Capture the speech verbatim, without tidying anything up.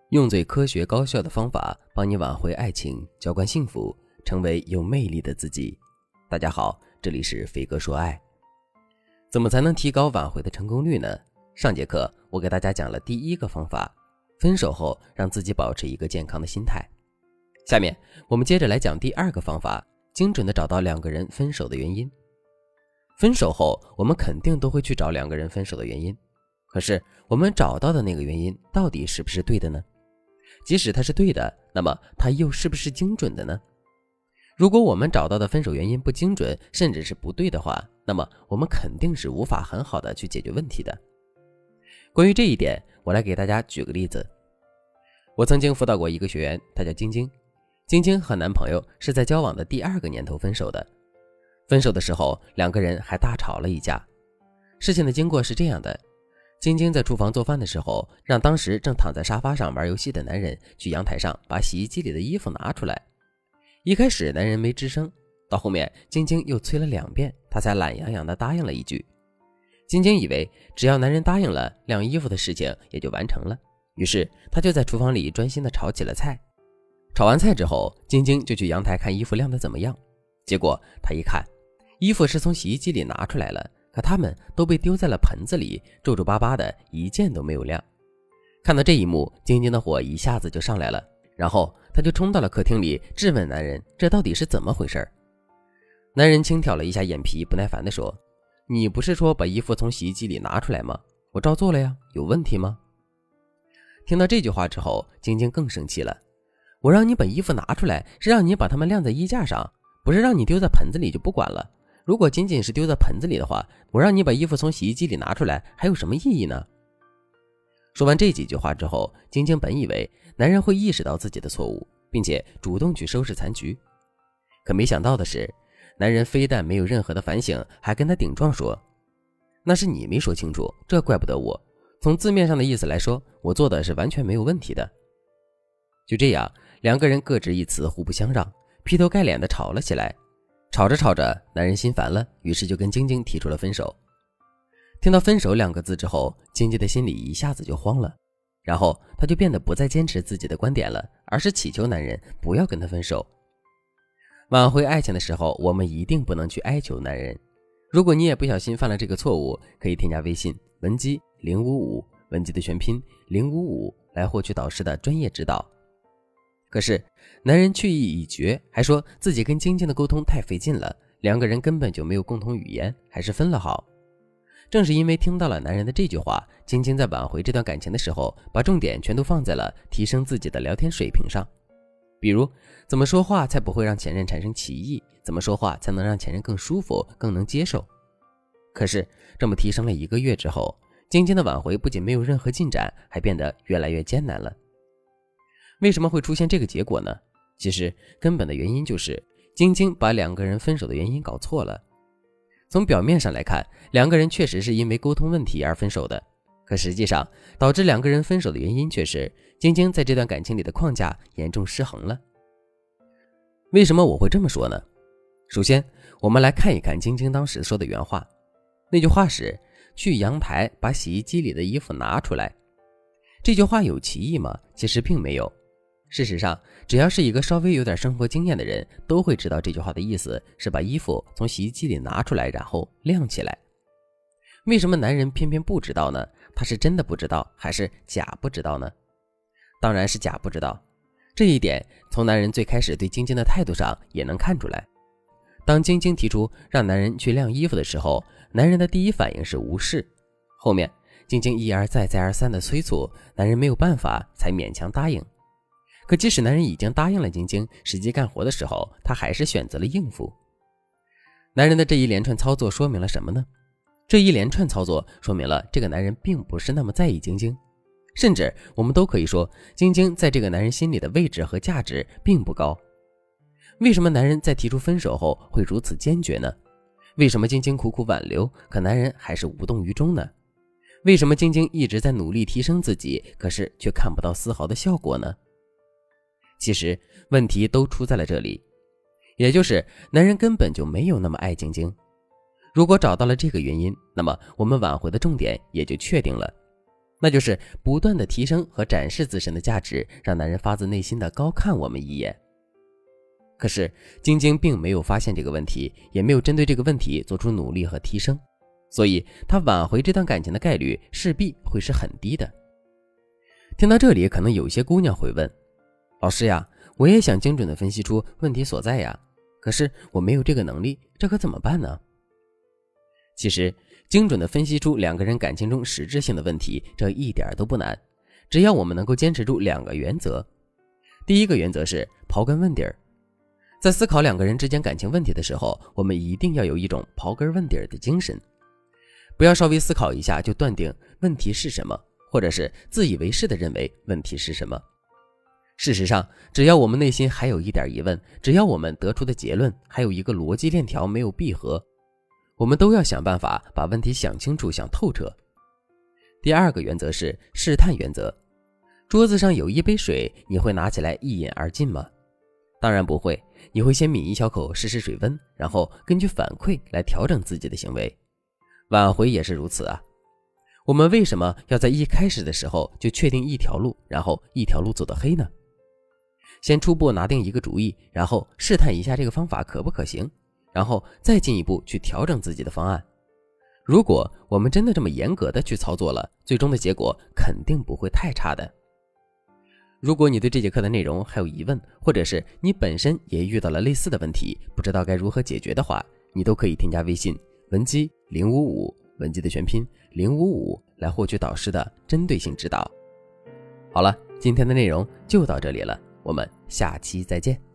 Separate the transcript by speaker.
Speaker 1: 用最科学高效的方法帮你挽回爱情，浇灌幸福，成为有魅力的自己。大家好，这里是飞哥说爱。怎么才能提高挽回的成功率呢？上节课我给大家讲了第一个方法，分手后让自己保持一个健康的心态。下面我们接着来讲第二个方法，精准地找到两个人分手的原因。分手后我们肯定都会去找两个人分手的原因，可是我们找到的那个原因到底是不是对的呢？即使它是对的，那么它又是不是精准的呢？如果我们找到的分手原因不精准，甚至是不对的话，那么我们肯定是无法很好的去解决问题的。关于这一点，我来给大家举个例子。我曾经辅导过一个学员，她叫晶晶。晶晶和男朋友是在交往的第二个年头分手的。分手的时候，两个人还大吵了一架。事情的经过是这样的，晶晶在厨房做饭的时候，让当时正躺在沙发上玩游戏的男人去阳台上把洗衣机里的衣服拿出来。一开始男人没吱声，到后面晶晶又催了两遍，他才懒洋洋地答应了一句。晶晶以为只要男人答应了，晾衣服的事情也就完成了，于是他就在厨房里专心地炒起了菜。炒完菜之后，晶晶就去阳台看衣服晾得怎么样。结果他一看，衣服是从洗衣机里拿出来了，可它们都被丢在了盆子里，皱皱巴巴的，一件都没有晾。看到这一幕，晶晶的火一下子就上来了，然后她就冲到了客厅里，质问男人这到底是怎么回事。男人轻挑了一下眼皮，不耐烦地说，你不是说把衣服从洗衣机里拿出来吗？我照做了呀，有问题吗？听到这句话之后，晶晶更生气了。我让你把衣服拿出来，是让你把它们晾在衣架上，不是让你丢在盆子里就不管了。如果仅仅是丢在盆子里的话，我让你把衣服从洗衣机里拿出来，还有什么意义呢？说完这几句话之后，晶晶本以为男人会意识到自己的错误，并且主动去收拾残局。可没想到的是，男人非但没有任何的反省，还跟他顶撞说，那是你没说清楚，这怪不得我。从字面上的意思来说，我做的是完全没有问题的。就这样，两个人各执一词，互不相让，劈头盖脸的吵了起来。吵着吵着，男人心烦了，于是就跟晶晶提出了分手。听到分手两个字之后，晶晶的心里一下子就慌了，然后她就变得不再坚持自己的观点了，而是祈求男人不要跟她分手。挽回爱情的时候，我们一定不能去哀求男人。如果你也不小心犯了这个错误，可以添加微信文姬零五五，文姬的全拼零五五，来获取导师的专业指导。可是男人去意已决，还说自己跟晶晶的沟通太费劲了，两个人根本就没有共同语言，还是分了好。正是因为听到了男人的这句话，晶晶在挽回这段感情的时候，把重点全都放在了提升自己的聊天水平上。比如怎么说话才不会让前任产生歧义，怎么说话才能让前任更舒服，更能接受。可是这么提升了一个月之后，晶晶的挽回不仅没有任何进展，还变得越来越艰难了。为什么会出现这个结果呢？其实根本的原因就是晶晶把两个人分手的原因搞错了。从表面上来看，两个人确实是因为沟通问题而分手的，可实际上导致两个人分手的原因却是晶晶在这段感情里的框架严重失衡了。为什么我会这么说呢？首先我们来看一看晶晶当时说的原话。那句话是去阳台把洗衣机里的衣服拿出来。这句话有歧义吗？其实并没有。事实上，只要是一个稍微有点生活经验的人，都会知道这句话的意思是把衣服从洗衣机里拿出来，然后晾起来。为什么男人偏偏不知道呢？他是真的不知道，还是假不知道呢？当然是假不知道。这一点从男人最开始对晶晶的态度上也能看出来。当晶晶提出让男人去晾衣服的时候，男人的第一反应是无视。后面晶晶一而再再而三的催促，男人没有办法才勉强答应。可即使男人已经答应了晶晶，实际干活的时候，他还是选择了应付。男人的这一连串操作说明了什么呢？这一连串操作说明了这个男人并不是那么在意晶晶，甚至我们都可以说，晶晶在这个男人心里的位置和价值并不高。为什么男人在提出分手后会如此坚决呢？为什么晶晶苦苦挽留，可男人还是无动于衷呢？为什么晶晶一直在努力提升自己，可是却看不到丝毫的效果呢？其实问题都出在了这里，也就是男人根本就没有那么爱晶晶。如果找到了这个原因，那么我们挽回的重点也就确定了。 那就是不断的提升和展示自身的价值，让男人发自内心的高看我们一眼。可是晶晶并没有发现这个问题，也没有针对这个问题做出努力和提升，所以她挽回这段感情的概率势必会是很低的。听到这里，可能有些姑娘会问，老师呀，我也想精准地分析出问题所在呀，可是我没有这个能力，这可怎么办呢？其实精准地分析出两个人感情中实质性的问题，这一点都不难，只要我们能够坚持住两个原则。第一个原则是刨根问底儿。在思考两个人之间感情问题的时候，我们一定要有一种刨根问底儿的精神，不要稍微思考一下就断定问题是什么，或者是自以为是的认为问题是什么。事实上，只要我们内心还有一点疑问，只要我们得出的结论还有一个逻辑链条没有闭合，我们都要想办法把问题想清楚想透彻。第二个原则是试探原则。桌子上有一杯水，你会拿起来一饮而尽吗？当然不会，你会先抿一小口试试水温，然后根据反馈来调整自己的行为。挽回也是如此啊。我们为什么要在一开始的时候就确定一条路，然后一条路走到黑呢？先初步拿定一个主意，然后试探一下这个方法可不可行，然后再进一步去调整自己的方案。如果我们真的这么严格的去操作了，最终的结果肯定不会太差的。如果你对这节课的内容还有疑问，或者是你本身也遇到了类似的问题，不知道该如何解决的话，你都可以添加微信文姬零五五，文姬的全拼零五五，来获取导师的针对性指导。好了，今天的内容就到这里了，我们下期再见。